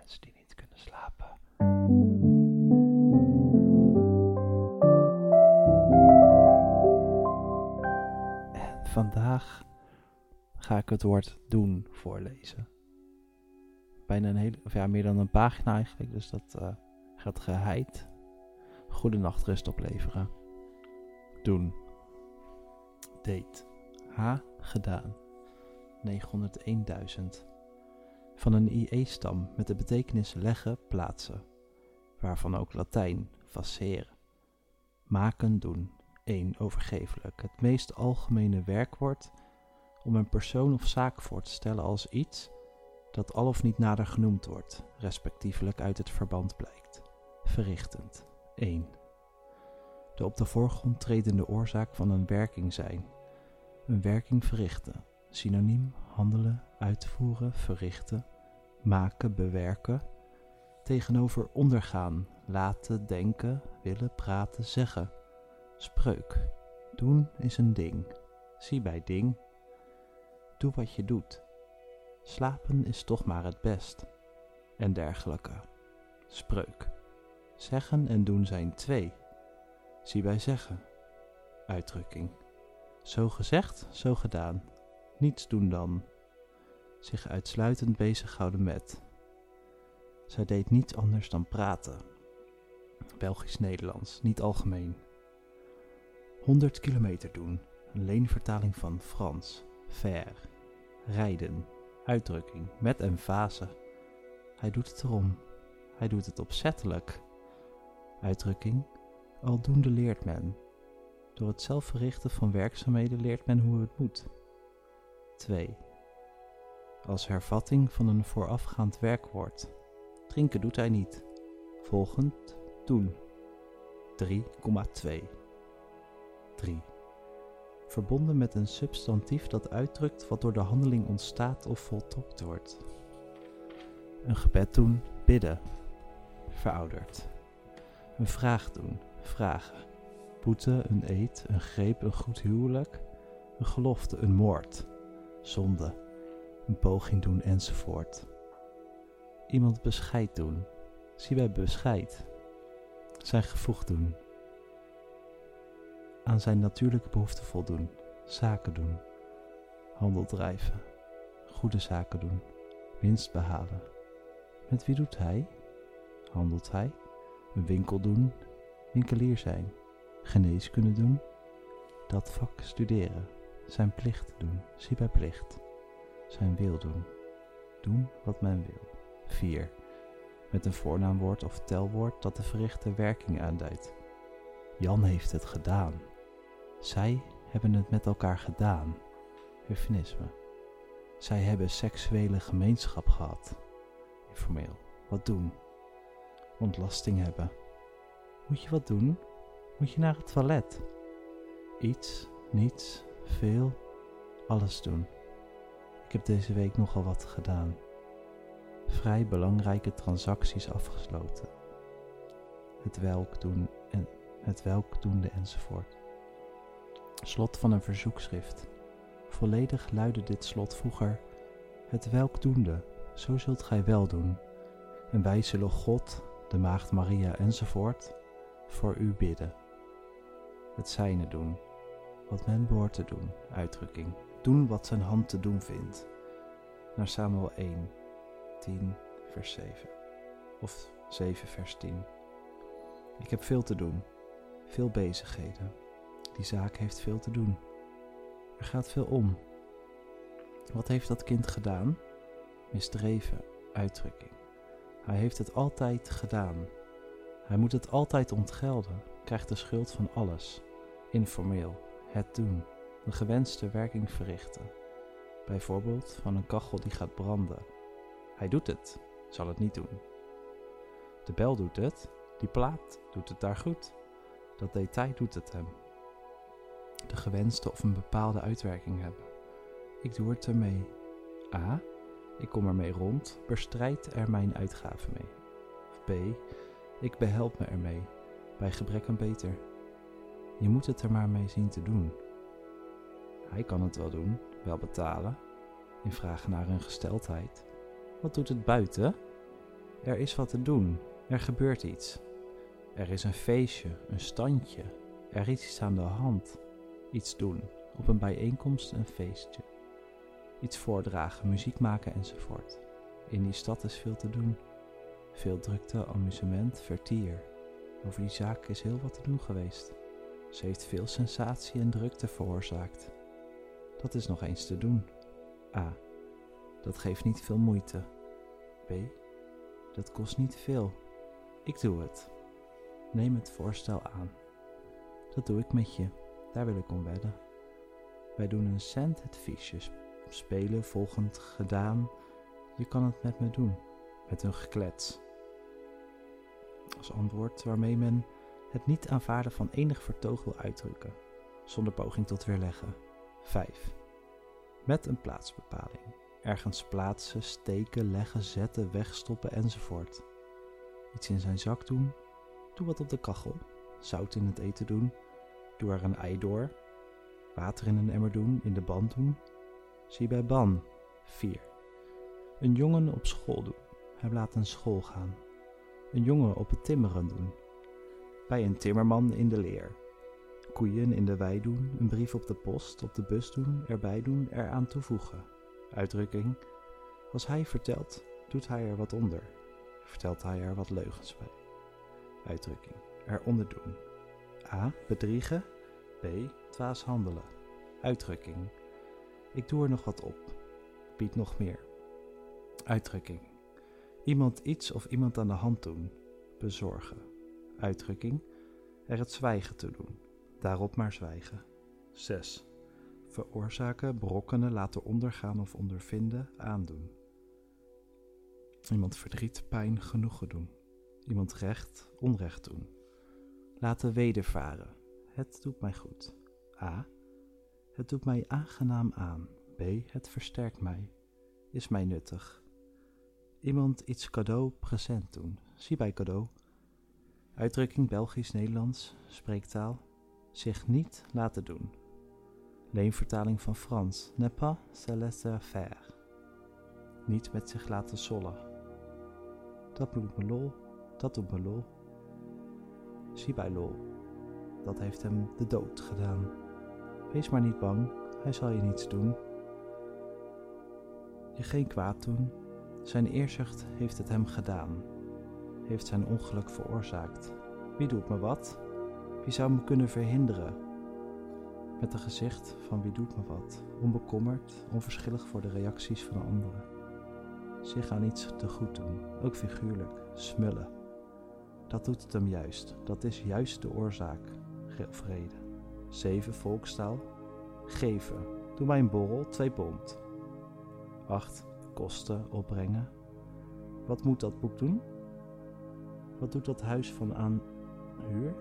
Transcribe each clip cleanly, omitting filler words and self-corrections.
mensen die niet kunnen slapen. En vandaag ga ik het woord doen voorlezen. Bijna meer dan een pagina eigenlijk, dus dat gaat geheid goede nachtrust opleveren. Doen. Deed. Gedaan. 901.000. Van een IE-stam met de betekenis leggen, plaatsen. Waarvan ook Latijn, facere. Maken, doen. 1. Overgeeflijk. Het meest algemene werkwoord om een persoon of zaak voor te stellen als iets dat al of niet nader genoemd wordt, respectievelijk uit het verband blijkt. Verrichtend. 1. De op de voorgrond tredende oorzaak van een werking zijn. Een werking verrichten. Synoniem, handelen, uitvoeren, verrichten, maken, bewerken. Tegenover ondergaan, laten, denken, willen, praten, zeggen. Spreuk. Doen is een ding. Zie bij ding. Doe wat je doet. Slapen is toch maar het best. En dergelijke. Spreuk. Zeggen en doen zijn twee. Zie bij zeggen. Uitdrukking. Zo gezegd, zo gedaan. Niets doen dan. Zich uitsluitend bezighouden met. Zij deed niets anders dan praten. Belgisch-Nederlands, niet algemeen. 100 kilometer doen. Een leenvertaling van Frans. Ver. Rijden. Uitdrukking. Met emfase. Hij doet het erom. Hij doet het opzettelijk. Uitdrukking. Aldoende leert men. Door het zelf verrichten van werkzaamheden leert men hoe het moet. 2. Als hervatting van een voorafgaand werkwoord. Drinken doet hij niet. Volgend, doen. 3,2. 3. Verbonden met een substantief dat uitdrukt wat door de handeling ontstaat of voltooid wordt. Een gebed doen, bidden. Verouderd. Een vraag doen, vragen. Boete, een eed, een greep, een goed huwelijk. Een gelofte, een moord. Zonde. Een poging doen enzovoort. Iemand bescheid doen. Zie bij bescheid. Zijn gevoegd doen. Aan zijn natuurlijke behoeften voldoen. Zaken doen. Handel drijven. Goede zaken doen. Winst behalen. Met wie doet hij? Handelt hij? Een winkel doen. Winkelier zijn. Geneeskunde doen. Dat vak studeren. Zijn plicht doen. Zie bij plicht. Zijn wil doen. Doen wat men wil. 4. Met een voornaamwoord of telwoord dat de verrichte werking aanduidt. Jan heeft het gedaan. Zij hebben het met elkaar gedaan. Eufemisme. Zij hebben seksuele gemeenschap gehad. Informeel. Wat doen? Ontlasting hebben. Moet je wat doen? Moet je naar het toilet? Iets, niets, veel, alles doen. Ik heb deze week nogal wat gedaan. Vrij belangrijke transacties afgesloten. Het welkdoende enzovoort. Slot van een verzoekschrift. Volledig luidde dit slot vroeger: het welkdoende, zo zult gij wel doen. En wij zullen God, de Maagd Maria enzovoort, voor u bidden. Het zijne doen. Wat men behoort te doen. Uitdrukking. Doen wat zijn hand te doen vindt. Naar Samuel 1, 10, vers 7. Of 7, vers 10. Ik heb veel te doen. Veel bezigheden. Die zaak heeft veel te doen. Er gaat veel om. Wat heeft dat kind gedaan? Misdreven. Uitdrukking. Hij heeft het altijd gedaan. Hij moet het altijd ontgelden. Krijgt de schuld van alles. Informeel. Het doen. De gewenste werking verrichten. Bijvoorbeeld van een kachel die gaat branden. Hij doet het. Zal het niet doen. De bel doet het. Die plaat doet het daar goed. Dat detail doet het hem. De gewenste of een bepaalde uitwerking hebben. Ik doe het ermee. A. Ik kom ermee rond. Bestrijd er mijn uitgaven mee. Of B. Ik behelp me ermee. Bij gebrek aan beter. Je moet het er maar mee zien te doen. Hij kan het wel doen, wel betalen. In vragen naar een gesteldheid. Wat doet het buiten? Er is wat te doen. Er gebeurt iets. Er is een feestje, een standje. Er is iets aan de hand. Iets doen. Op een bijeenkomst een feestje. Iets voordragen, muziek maken enzovoort. In die stad is veel te doen. Veel drukte, amusement, vertier. Over die zaak is heel wat te doen geweest. Ze heeft veel sensatie en drukte veroorzaakt. Dat is nog eens te doen. A. Dat geeft niet veel moeite. B. Dat kost niet veel. Ik doe het. Neem het voorstel aan. Dat doe ik met je. Daar wil ik om wedden. Wij doen een cent het fiche. Spelen volgend gedaan. Je kan het met me doen. Met een geklets. Als antwoord waarmee men het niet aanvaarden van enig vertoog wil uitdrukken. Zonder poging tot weerleggen. 5. Met een plaatsbepaling. Ergens plaatsen, steken, leggen, zetten, wegstoppen enzovoort. Iets in zijn zak doen. Doe wat op de kachel. Zout in het eten doen. Doe er een ei door. Water in een emmer doen. In de band doen. Zie bij ban. 4. Een jongen op school doen. Hem laten school gaan. Een jongen op het timmeren doen. Bij een timmerman in de leer. Koeien in de wei doen. Een brief op de post, op de bus doen. Erbij doen, eraan toevoegen. Uitdrukking. Als hij vertelt, doet hij er wat onder. Vertelt hij er wat leugens bij. Uitdrukking. Eronder doen. A. Bedriegen. B. Dwaas handelen. Uitdrukking. Ik doe er nog wat op. Bied nog meer. Uitdrukking. Iemand iets of iemand aan de hand doen. Bezorgen. Uitdrukking. Er het zwijgen te doen. Daarop maar zwijgen. 6. Veroorzaken, berokkenen, laten ondergaan of ondervinden, aandoen. Iemand verdriet, pijn, genoegen doen. Iemand recht, onrecht doen. Laten wedervaren. Het doet mij goed. A. Het doet mij aangenaam aan. B. Het versterkt mij. Is mij nuttig. Iemand iets cadeau, present doen. Zie bij cadeau. Uitdrukking Belgisch-Nederlands, spreektaal. Zich niet laten doen. Leenvertaling van Frans. Ne pas se laisser faire. Niet met zich laten sollen. Dat doet me lol. Dat doet me lol. Zie bij lol. Dat heeft hem de dood gedaan. Wees maar niet bang. Hij zal je niets doen. Je geen kwaad doen. Zijn eerzucht heeft het hem gedaan. Heeft zijn ongeluk veroorzaakt. Wie doet me wat? Wie zou me kunnen verhinderen? Met een gezicht van wie doet me wat. Onbekommerd, onverschillig voor de reacties van anderen. Zich aan iets te goed doen, ook figuurlijk, smullen. Dat doet het hem juist. Dat is juist de oorzaak. Of reden. 7. Volkstaal. Geven. Doe mij een borrel, 2 pond. 8. Kosten opbrengen. Wat moet dat boek doen? Wat doet dat huis van aan huur?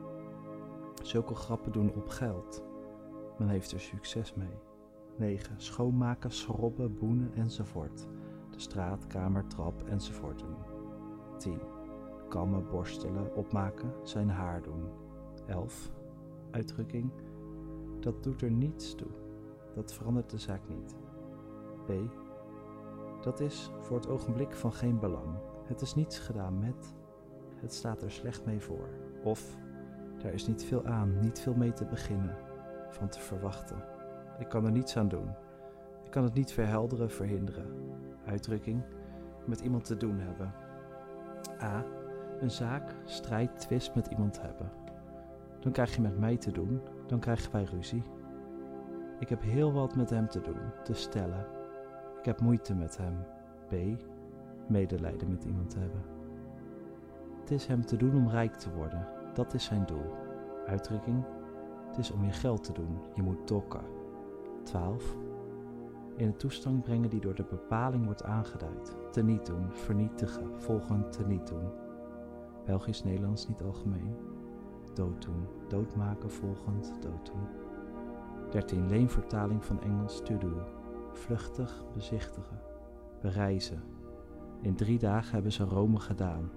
Zulke grappen doen op geld. Men heeft er succes mee. 9. Schoonmaken, schrobben, boenen enzovoort. De straat, kamer, trap enzovoort doen. 10. Kammen, borstelen, opmaken, zijn haar doen. 11. Uitdrukking. Dat doet er niets toe. Dat verandert de zaak niet. B. Dat is voor het ogenblik van geen belang. Het is niets gedaan met. Het staat er slecht mee voor. Of, daar is niet veel aan, niet veel mee te beginnen. Van te verwachten. Ik kan er niets aan doen. Ik kan het niet verhelderen, verhinderen. Uitdrukking. Met iemand te doen hebben. A. Een zaak, strijd, twist met iemand hebben. Dan krijg je met mij te doen, dan krijgen wij ruzie. Ik heb heel wat met hem te doen, te stellen. Ik heb moeite met hem. B. Medelijden met iemand te hebben. Het is hem te doen om rijk te worden. Dat is zijn doel. Uitdrukking. Het is om je geld te doen. Je moet dokken. 12. In een toestand brengen die door de bepaling wordt aangeduid. Teniet doen, vernietigen, volgend teniet doen. Belgisch-Nederlands niet algemeen. Dood doen, doodmaken, volgend, dood doen. 13. Leenvertaling van Engels to do. Vluchtig, bezichtigen. Bereizen. In 3 dagen hebben ze Rome gedaan.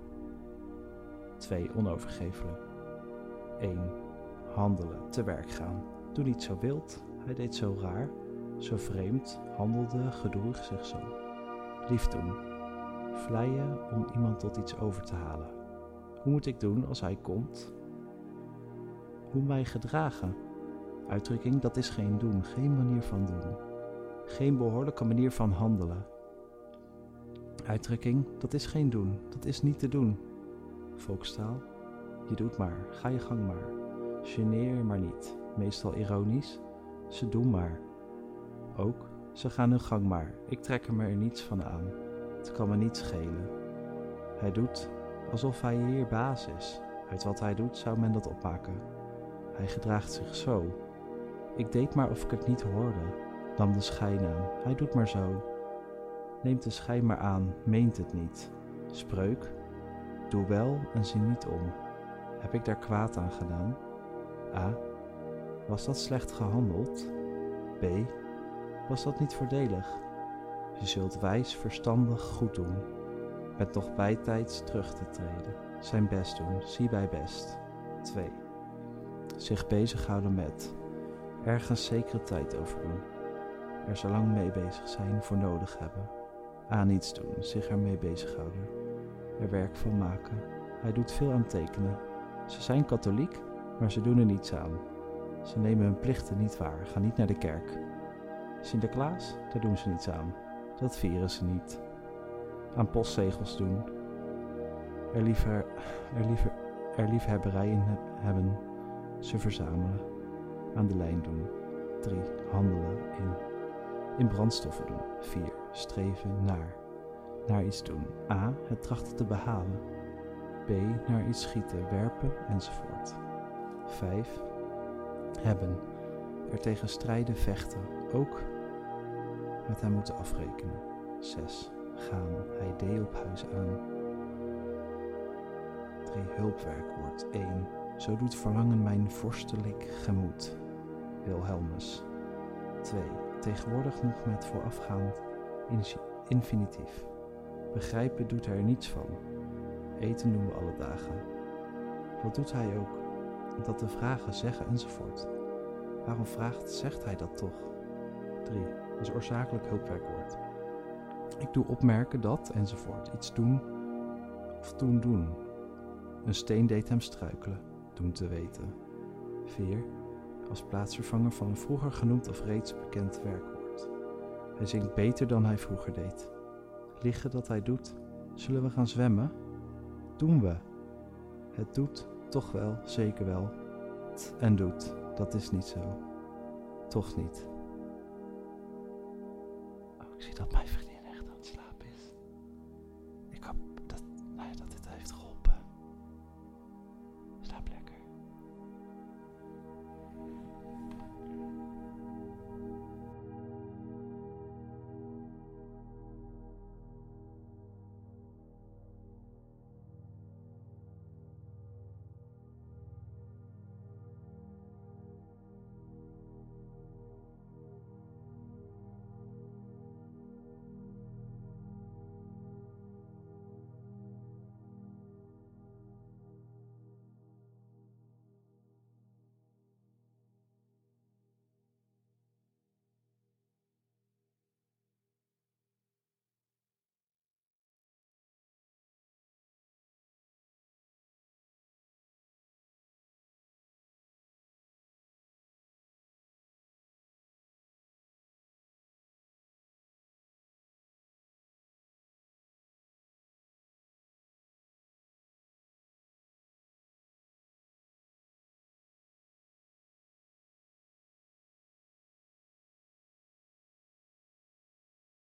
2. Onovergeeflijk. 1. Handelen, te werk gaan. Doe niet zo wild, hij deed zo raar, zo vreemd, handelde, gedroeg zich zo. Lief doen. Vleien om iemand tot iets over te halen. Hoe moet ik doen als hij komt? Hoe mij gedragen? Uitdrukking, dat is geen doen, geen manier van doen. Geen behoorlijke manier van handelen. Uitdrukking, dat is geen doen, dat is niet te doen. Volkstaal, je doet maar, ga je gang maar. Geneer maar niet, meestal ironisch, ze doen maar. Ook, ze gaan hun gang maar, ik trek er me niets van aan. Het kan me niet schelen. Hij doet alsof hij hier baas is. Uit wat hij doet zou men dat opmaken. Hij gedraagt zich zo. Ik deed maar of ik het niet hoorde. Nam de schijn aan. Hij doet maar zo. Neemt de schijn maar aan, meent het niet. Spreuk. Doe wel en zie niet om. Heb ik daar kwaad aan gedaan? A. Was dat slecht gehandeld? B. Was dat niet voordelig? Je zult wijs, verstandig goed doen. Met nog bijtijds terug te treden. Zijn best doen, zie bij best. 2. Zich bezighouden met. Ergens zekere tijd over doen. Er zo lang mee bezig zijn voor nodig hebben. A. Niets doen, zich ermee bezighouden. Er werk van maken. Hij doet veel aan tekenen. Ze zijn katholiek, maar ze doen er niets aan. Ze nemen hun plichten niet waar, gaan niet naar de kerk. Sinterklaas, daar doen ze niets aan. Dat vieren ze niet. Aan postzegels doen. Er liefhebberij in hebben. Ze verzamelen. Aan de lijn doen. 3. Handelen in brandstoffen doen. 4. Streven naar iets doen. A. Het trachten te behalen. B. Naar iets schieten, werpen enzovoort. 5. Hebben. Er tegen strijden, vechten. Ook met hem moeten afrekenen. 6. Gaan. Hij deed op huis aan. 3. Hulpwerkwoord. 1. Zo doet verlangen mijn vorstelijk gemoed. Wilhelmus. 2. Tegenwoordig nog met voorafgaand infinitief. Begrijpen doet hij er niets van. Eten doen we alle dagen. Wat doet hij ook? Dat te vragen, zeggen enzovoort. Waarom zegt hij dat toch? 3. Dat is oorzakelijk hulpwerkwoord. Ik doe opmerken dat enzovoort. Iets doen of toen doen. Een steen deed hem struikelen. Doen te weten. 4. Als plaatsvervanger van een vroeger genoemd of reeds bekend werkwoord. Hij zingt beter dan hij vroeger deed. Liggen dat hij doet. Zullen we gaan zwemmen? Doen we. Het doet, toch wel, zeker wel. En doet, dat is niet zo. Toch niet. Oh, ik zie dat mijn vriendin echt aan het slapen is. Ik hoop dat dit heeft geholpen. Slaap lekker.